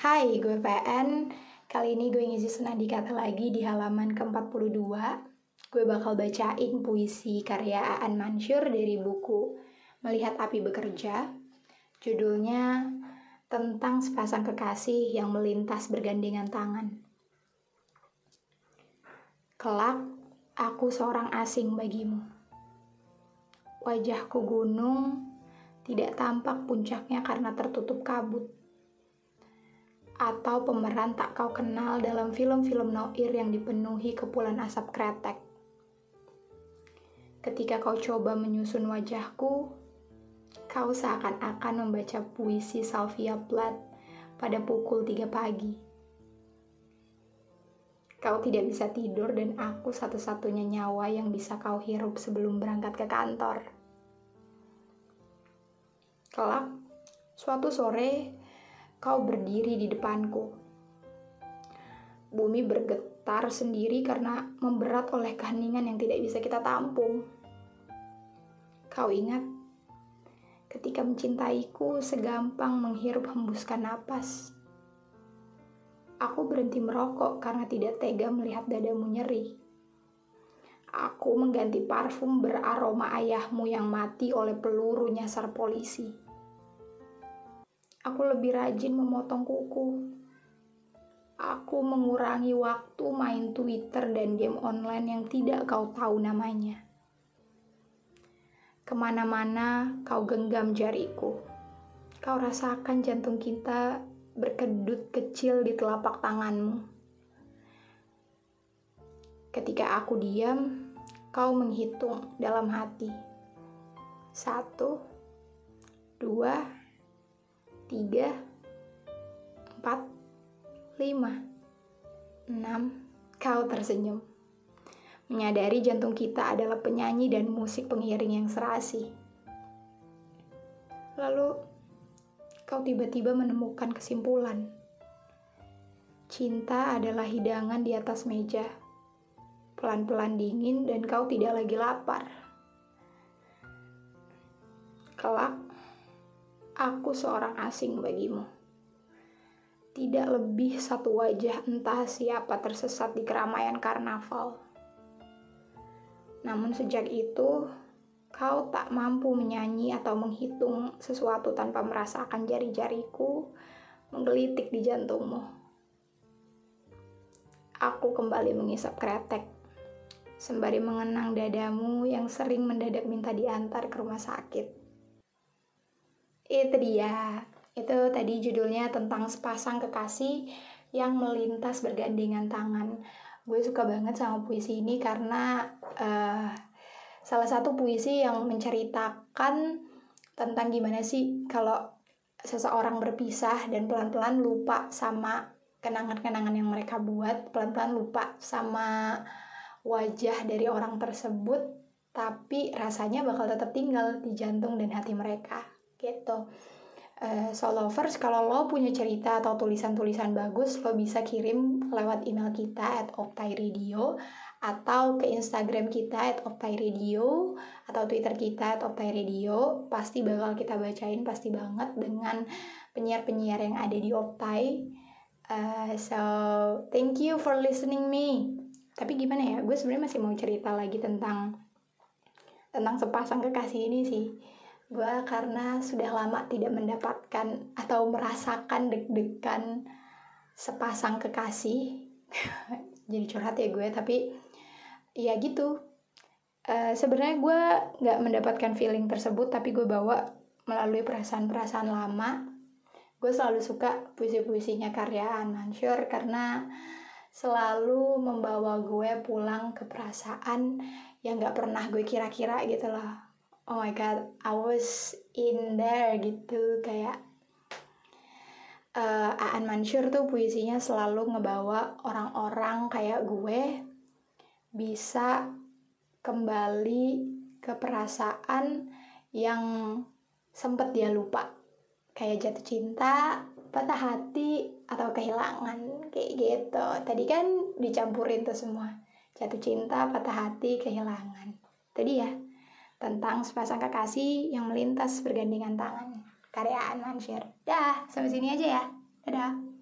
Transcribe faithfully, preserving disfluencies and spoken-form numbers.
Hai, gue P N. Kali ini gue ngisi senadi kata lagi di halaman ke empat puluh dua. Gue bakal bacain puisi karya Aan Mansyur dari buku Melihat Api Bekerja. Judulnya tentang sepasang kekasih yang melintas bergandengan tangan. Kelak, aku seorang asing bagimu. Wajahku gunung, tidak tampak puncaknya karena tertutup kabut. Atau pemeran tak kau kenal dalam film-film noir yang dipenuhi kepulan asap kretek. Ketika kau coba menyusun wajahku, kau seakan-akan membaca puisi Sylvia Plath pada pukul tiga pagi. Kau tidak bisa tidur dan aku satu-satunya nyawa yang bisa kau hirup sebelum berangkat ke kantor. Kelak, suatu sore, kau berdiri di depanku. Bumi bergetar sendiri karena memberat oleh keheningan yang tidak bisa kita tampung. Kau ingat, ketika mencintaiku segampang menghirup hembuskan napas. Aku berhenti merokok karena tidak tega melihat dadamu nyeri. Aku mengganti parfum beraroma ayahmu yang mati oleh peluru nyasar polisi. Aku lebih rajin memotong kuku. Aku mengurangi waktu main Twitter dan game online yang tidak kau tahu namanya. Kemana-mana kau genggam jariku. Kau rasakan jantung kita berkedut kecil di telapak tanganmu. Ketika aku diam, kau menghitung dalam hati. Satu, dua, tiga, empat, lima, enam. Kau tersenyum, menyadari jantung kita adalah penyanyi dan musik pengiring yang serasi. Lalu, kau tiba-tiba menemukan kesimpulan. Cinta adalah hidangan di atas meja. Pelan-pelan dingin dan kau tidak lagi lapar. Kelak, aku seorang asing bagimu. Tidak lebih satu wajah entah siapa tersesat di keramaian karnaval. Namun sejak itu, kau tak mampu menyanyi atau menghitung sesuatu tanpa merasakan jari-jariku menggelitik di jantungmu. Aku kembali mengisap kretek, sembari mengenang dadamu yang sering mendadak minta diantar ke rumah sakit. Itu dia. Itu tadi judulnya tentang sepasang kekasih yang melintas bergandengan tangan. Gue suka banget sama puisi ini karena uh, salah satu puisi yang menceritakan tentang gimana sih kalau seseorang berpisah dan pelan-pelan lupa sama kenangan-kenangan yang mereka buat, pelan-pelan lupa sama wajah dari orang tersebut, tapi rasanya bakal tetap tinggal di jantung dan hati mereka gitu. Uh, so lovers, kalau lo punya cerita atau tulisan-tulisan bagus, lo bisa kirim lewat email kita at optairadio atau ke Instagram kita at optairadio atau Twitter kita at optairadio. Pasti bakal kita bacain, pasti banget, dengan penyiar-penyiar yang ada di Optai. Uh, so thank you for listening me. Tapi gimana ya, gue sebenarnya masih mau cerita lagi tentang tentang sepasang kekasih ini sih. Gue karena sudah lama tidak mendapatkan atau merasakan deg-degan sepasang kekasih. Jadi curhat ya gue, tapi ya gitu. Uh, sebenarnya gue nggak mendapatkan feeling tersebut, tapi gue bawa melalui perasaan-perasaan lama. Gue selalu suka puisi-puisinya karya Aan Mansyur karena selalu membawa gue pulang ke perasaan yang nggak pernah gue kira-kira gitu loh. Oh my god, I was in there gitu. Kayak uh, Aan Mansyur tuh puisinya selalu ngebawa orang-orang kayak gue bisa kembali ke perasaan yang sempet dia lupa, kayak jatuh cinta, patah hati, atau kehilangan, kayak gitu. Tadi kan dicampurin tuh semua, jatuh cinta, patah hati, kehilangan. Tadi ya tentang sepasang kekasih yang melintas bergandengan tangan, karya Aan Mansyur. Dah, sampai sini aja ya. Dadah.